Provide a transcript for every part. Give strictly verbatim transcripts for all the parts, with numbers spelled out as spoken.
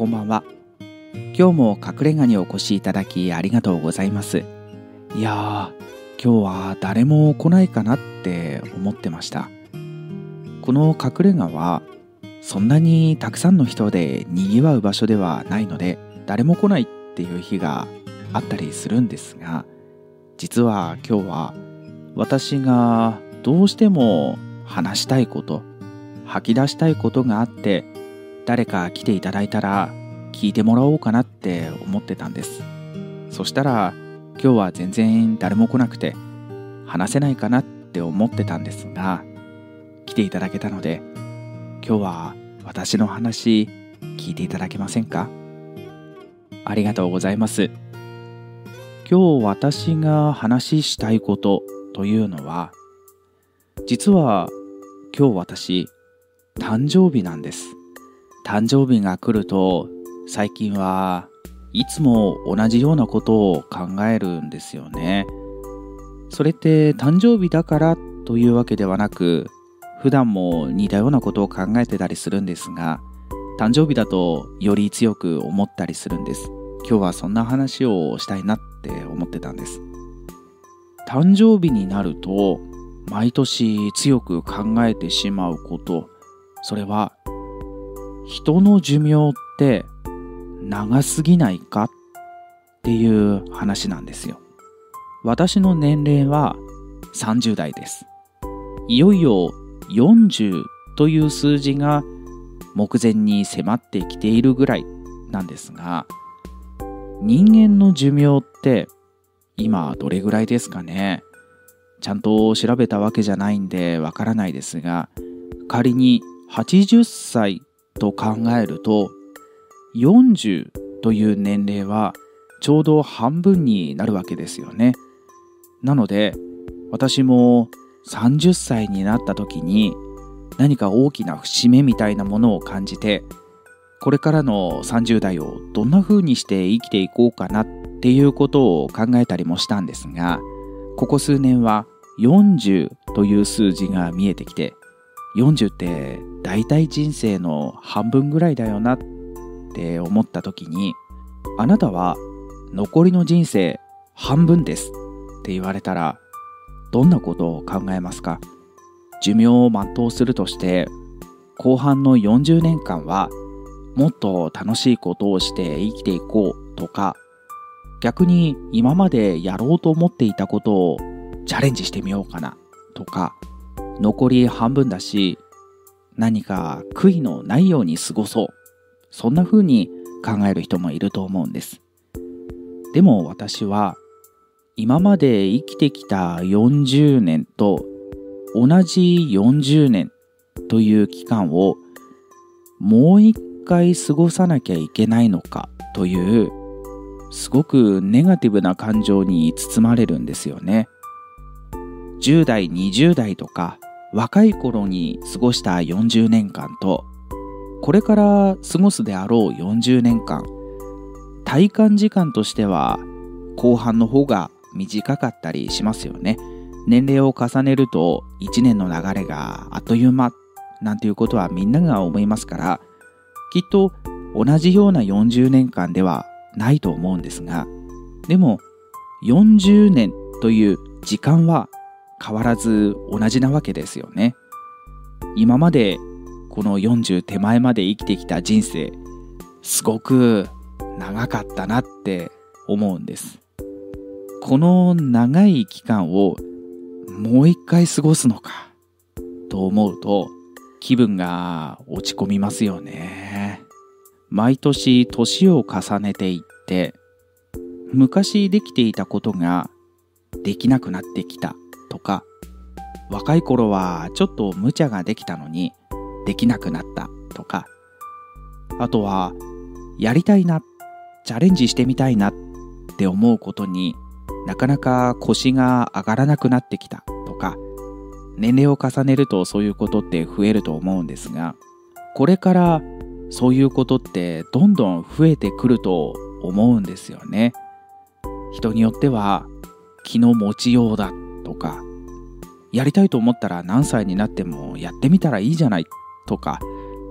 こんばんは。今日も隠れ家にお越しいただきありがとうございます。いやー、今日は誰も来ないかなって思ってました。この隠れ家はそんなにたくさんの人で賑わう場所ではないので、誰も来ないっていう日があったりするんですが、実は今日は私がどうしても話したいこと、吐き出したいことがあって、誰か来ていただいたら聞いてもらおうかなって思ってたんです。そしたら今日は全然誰も来なくて話せないかなって思ってたんですが、来ていただけたので、今日は私の話聞いていただけませんか？ありがとうございます。今日私が話したいことというのは、実は今日私誕生日なんです。誕生日が来ると最近はいつも同じようなことを考えるんですよね。それって誕生日だからというわけではなく、普段も似たようなことを考えてたりするんですが、誕生日だとより強く思ったりするんです。今日はそんな話をしたいなって思ってたんです。誕生日になると毎年強く考えてしまうこと、それは人の寿命って長すぎないかっていう話なんですよ。私の年齢はさんじゅう代です。いよいよよんじゅうという数字が目前に迫ってきているぐらいなんですが、人間の寿命って今どれぐらいですかね。ちゃんと調べたわけじゃないんでわからないですが、仮にはちじゅっさいと考えると、よんじゅうという年齢はちょうど半分になるわけですよね。なので私もさんじゅっさいになった時に何か大きな節目みたいなものを感じて、これからのさんじゅう代をどんな風にして生きていこうかなっていうことを考えたりもしたんですが、ここ数年はよんじゅうという数字が見えてきて、よんじゅうって大体人生の半分ぐらいだよなって思った時に、あなたは残りの人生半分ですって言われたらどんなことを考えますか？寿命を全うするとして、後半のよんじゅうねんかんはもっと楽しいことをして生きていこうとか、逆に今までやろうと思っていたことをチャレンジしてみようかなとか、残り半分だし何か悔いのないように過ごそう、そんな風に考える人もいると思うんです。でも私は今まで生きてきたよんじゅうねんと同じよんじゅうねんという期間をもう一回過ごさなきゃいけないのかという、すごくネガティブな感情に包まれるんですよね。じゅう代、にじゅう代とか若い頃に過ごしたよんじゅうねんかんと、これから過ごすであろうよんじゅうねんかん、体感時間としては後半の方が短かったりしますよね。年齢を重ねるといちねんの流れがあっという間なんていうことはみんなが思いますから、きっと同じようなよんじゅうねんかんではないと思うんですが、でもよんじゅうねんという時間は変わらず同じなわけですよね。今までこのよんじゅう手前まで生きてきた人生、すごく長かったなって思うんです。この長い期間をもう一回過ごすのかと思うと気分が落ち込みますよね。毎年年を重ねていって、昔できていたことができなくなってきたとか、若い頃はちょっと無茶ができたのにできなくなったとか、あとはやりたいな、チャレンジしてみたいなって思うことになかなか腰が上がらなくなってきたとか、年齢を重ねるとそういうことって増えると思うんですが、これからそういうことってどんどん増えてくると思うんですよね。人によっては気の持ちようだとか、やりたいと思ったら何歳になってもやってみたらいいじゃないとか、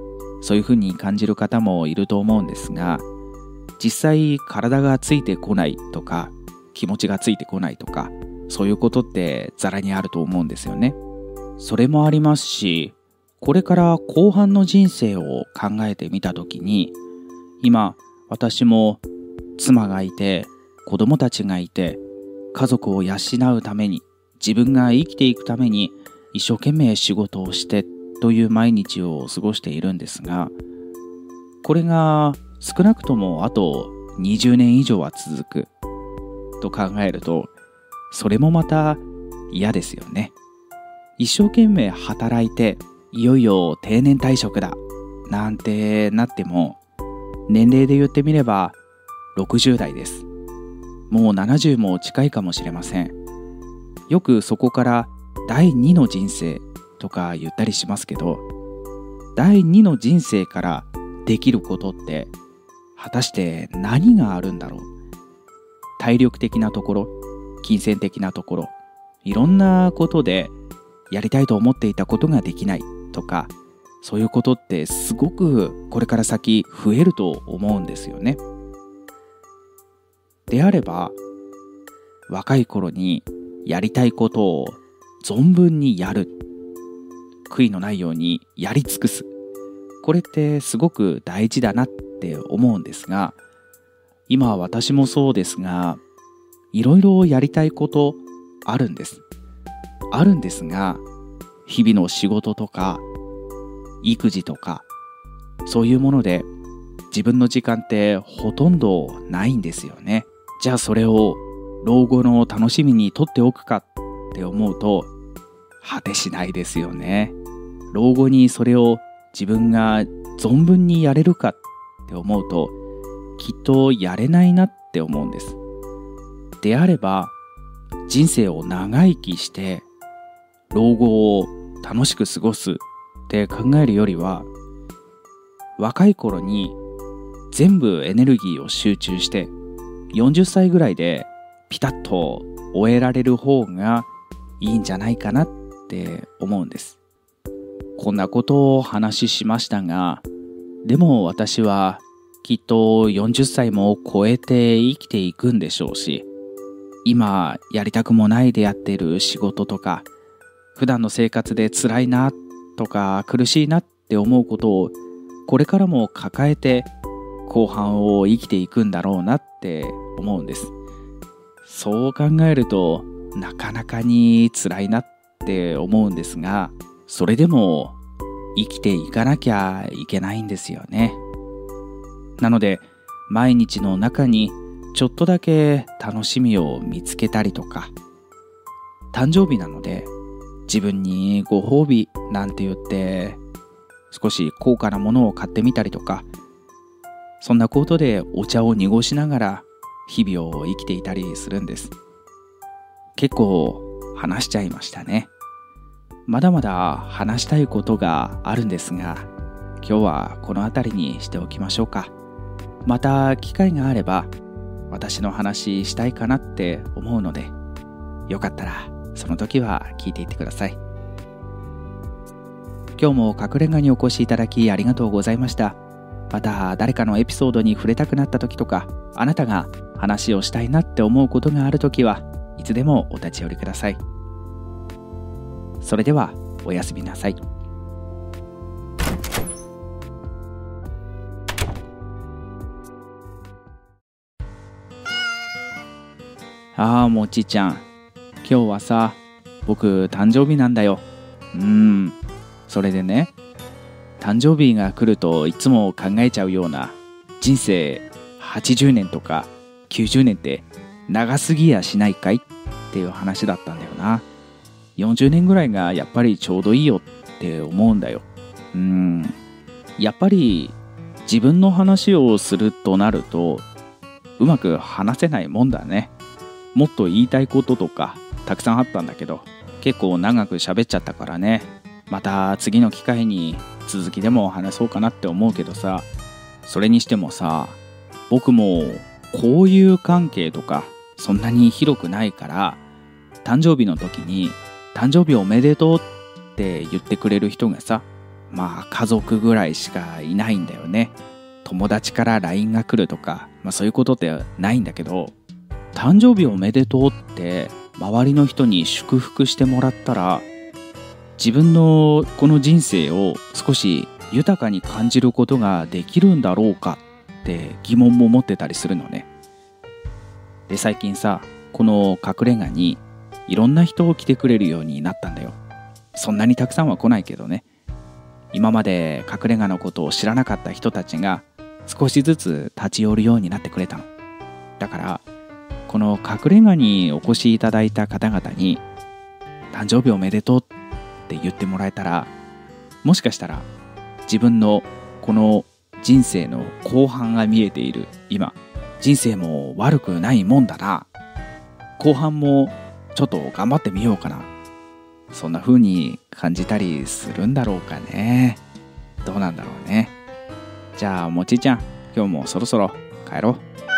そういうふうに感じる方もいると思うんですが、実際体がついてこないとか気持ちがついてこないとか、そういうことってざらにあると思うんですよね。それもありますし、これから後半の人生を考えてみたときに、今私も妻がいて子供たちがいて、家族を養うために、自分が生きていくために一生懸命仕事をしてという毎日を過ごしているんですが、これが少なくともあとにじゅうねん以上は続くと考えると、それもまた嫌ですよね。一生懸命働いていよいよ定年退職だなんてなっても、年齢で言ってみればろくじゅう代です。もうななじゅうも近いかもしれません。よくそこから第二の人生とか言ったりしますけど、第二の人生からできることって果たして何があるんだろう。体力的なところ、金銭的なところ、いろんなことでやりたいと思っていたことができないとか、そういうことってすごくこれから先増えると思うんですよね。であれば、若い頃にやりたいことを存分にやる、悔いのないようにやり尽くす、これってすごく大事だなって思うんですが、今私もそうですが、いろいろやりたいことあるんですあるんですが、日々の仕事とか育児とか、そういうもので自分の時間ってほとんどないんですよね。じゃあそれを老後の楽しみにとっておくかって思うと、果てしないですよね。老後にそれを自分が存分にやれるかって思うと、きっとやれないなって思うんです。であれば、人生を長生きして老後を楽しく過ごすって考えるよりは、若い頃に全部エネルギーを集中してよんじゅっさいぐらいでピタッと終えられる方がいいんじゃないかなって思うんです。こんなことを話しましたが、でも私はきっとよんじゅっさいも超えて生きていくんでしょうし、今やりたくもないでやっている仕事とか、普段の生活で辛いなとか苦しいなって思うことをこれからも抱えて後半を生きていくんだろうなって思うんです。そう考えるとなかなかに辛いなって思うんですが、それでも生きていかなきゃいけないんですよね。なので毎日の中にちょっとだけ楽しみを見つけたりとか、誕生日なので自分にご褒美なんて言って少し高価なものを買ってみたりとか、そんなことでお茶を濁しながら日々を生きていたりするんです。結構話しちゃいましたね。まだまだ話したいことがあるんですが、今日はこの辺りにしておきましょうか。また機会があれば私の話したいかなって思うので、よかったらその時は聞いていってください。今日も隠れ家にお越しいただきありがとうございました。また誰かのエピソードに触れたくなった時とか、あなたが話をしたいなって思うことがある時はいつでもお立ち寄りください。それではおやすみなさい。ああ、もちちゃん、今日はさ、僕誕生日なんだよ。うーん、それでね、誕生日が来るといつも考えちゃうような、人生はちじゅうねんとかきゅうじゅうねんって長すぎやしないかいっていう話だったんだよな。よんじゅうねんぐらいがやっぱりちょうどいいよって思うんだよ。うーん、やっぱり自分の話をするとなるとうまく話せないもんだね。もっと言いたいこととかたくさんあったんだけど、結構長く喋っちゃったからね。また次の機会に続きでも話そうかなって思うけどさ、それにしてもさ、僕も交友関係とかそんなに広くないから、誕生日の時に誕生日おめでとうって言ってくれる人がさ、 まあ家族ぐらいしかいないんだよね。友達から ライン が来るとか、まあそういうことってないんだけど、誕生日おめでとうって周りの人に祝福してもらったら、自分のこの人生を少し豊かに感じることができるんだろうかって疑問も持ってたりするのね。で、最近さ、この隠れ家にいろんな人を来てくれるようになったんだよ。そんなにたくさんは来ないけどね。今まで隠れ家のことを知らなかった人たちが少しずつ立ち寄るようになってくれたの。だからこの隠れ家にお越しいただいた方々に誕生日おめでとうって言ってもらえたら、もしかしたら自分のこの人生の後半が見えている今、人生も悪くないもんだな、後半もちょっと頑張ってみようかな、そんな風に感じたりするんだろうかね。どうなんだろうね。じゃあもちちゃん、今日もそろそろ帰ろう。